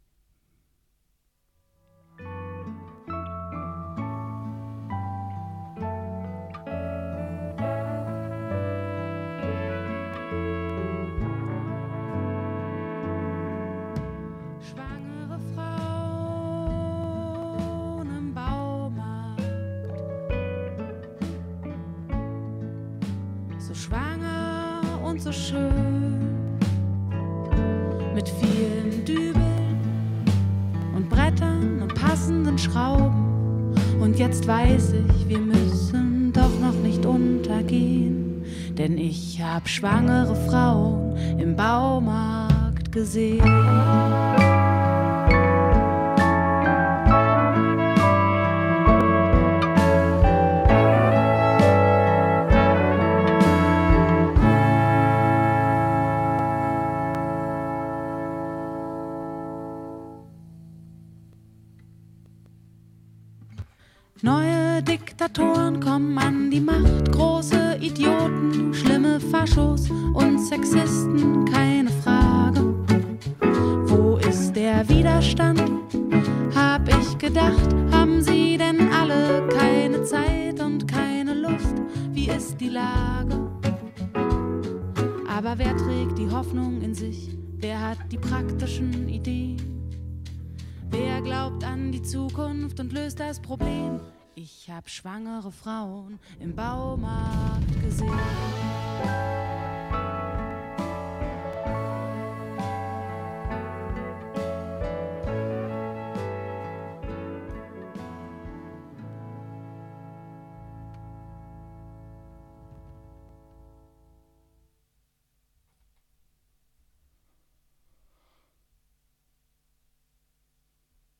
So schön, mit vielen Dübeln und Brettern und passenden Schrauben. Und jetzt weiß ich, wir müssen doch noch nicht untergehen, denn ich hab schwangere Frauen im Baumarkt gesehen. Neue Diktatoren kommen an die Macht, große Idioten, schlimme Faschos und Sexisten, keine Frage. Wo ist der Widerstand? Hab ich gedacht, haben sie denn alle keine Zeit und keine Lust? Wie ist die Lage? Aber wer trägt die Hoffnung in sich? Wer hat die praktischen Ideen? Wer glaubt an die Zukunft und löst das Problem? Ich hab schwangere Frauen im Baumarkt gesehen.